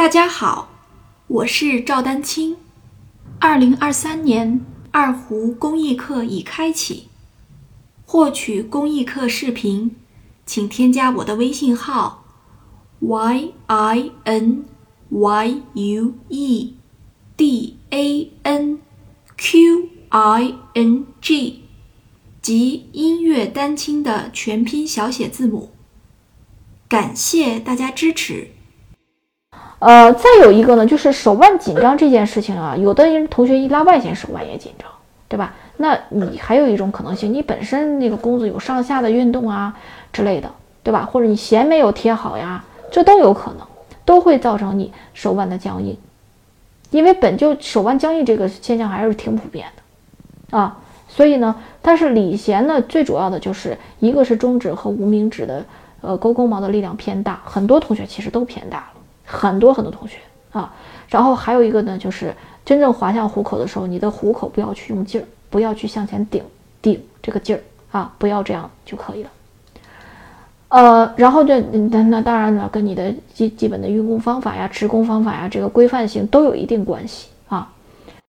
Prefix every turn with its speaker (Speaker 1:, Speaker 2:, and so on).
Speaker 1: 大家好，我是赵丹青。2023年二胡公益课已开启，获取公益课视频，请添加我的微信号 YINYUEDANQING， 即音乐丹青的全拼小写字母。感谢大家支持。
Speaker 2: 再有一个呢，就是手腕紧张这件事情啊，有的人同学一拉外弦手腕也紧张，对吧？那你还有一种可能性，你本身那个弓子有上下的运动啊之类的，对吧？或者你弦没有贴好呀，这都有可能，都会造成你手腕的僵硬。因为本就手腕僵硬这个现象还是挺普遍的啊，所以呢，但是理弦呢，最主要的就是一个是中指和无名指的勾弓毛的力量偏大，很多同学其实都偏大了。很多同学啊，然后还有一个呢，就是真正滑向虎口的时候，你的虎口不要去用劲儿，不要去向前顶这个劲儿啊，不要这样就可以了。然后那当然了，跟你的基本的运弓方法呀、持弓方法呀，这个规范性都有一定关系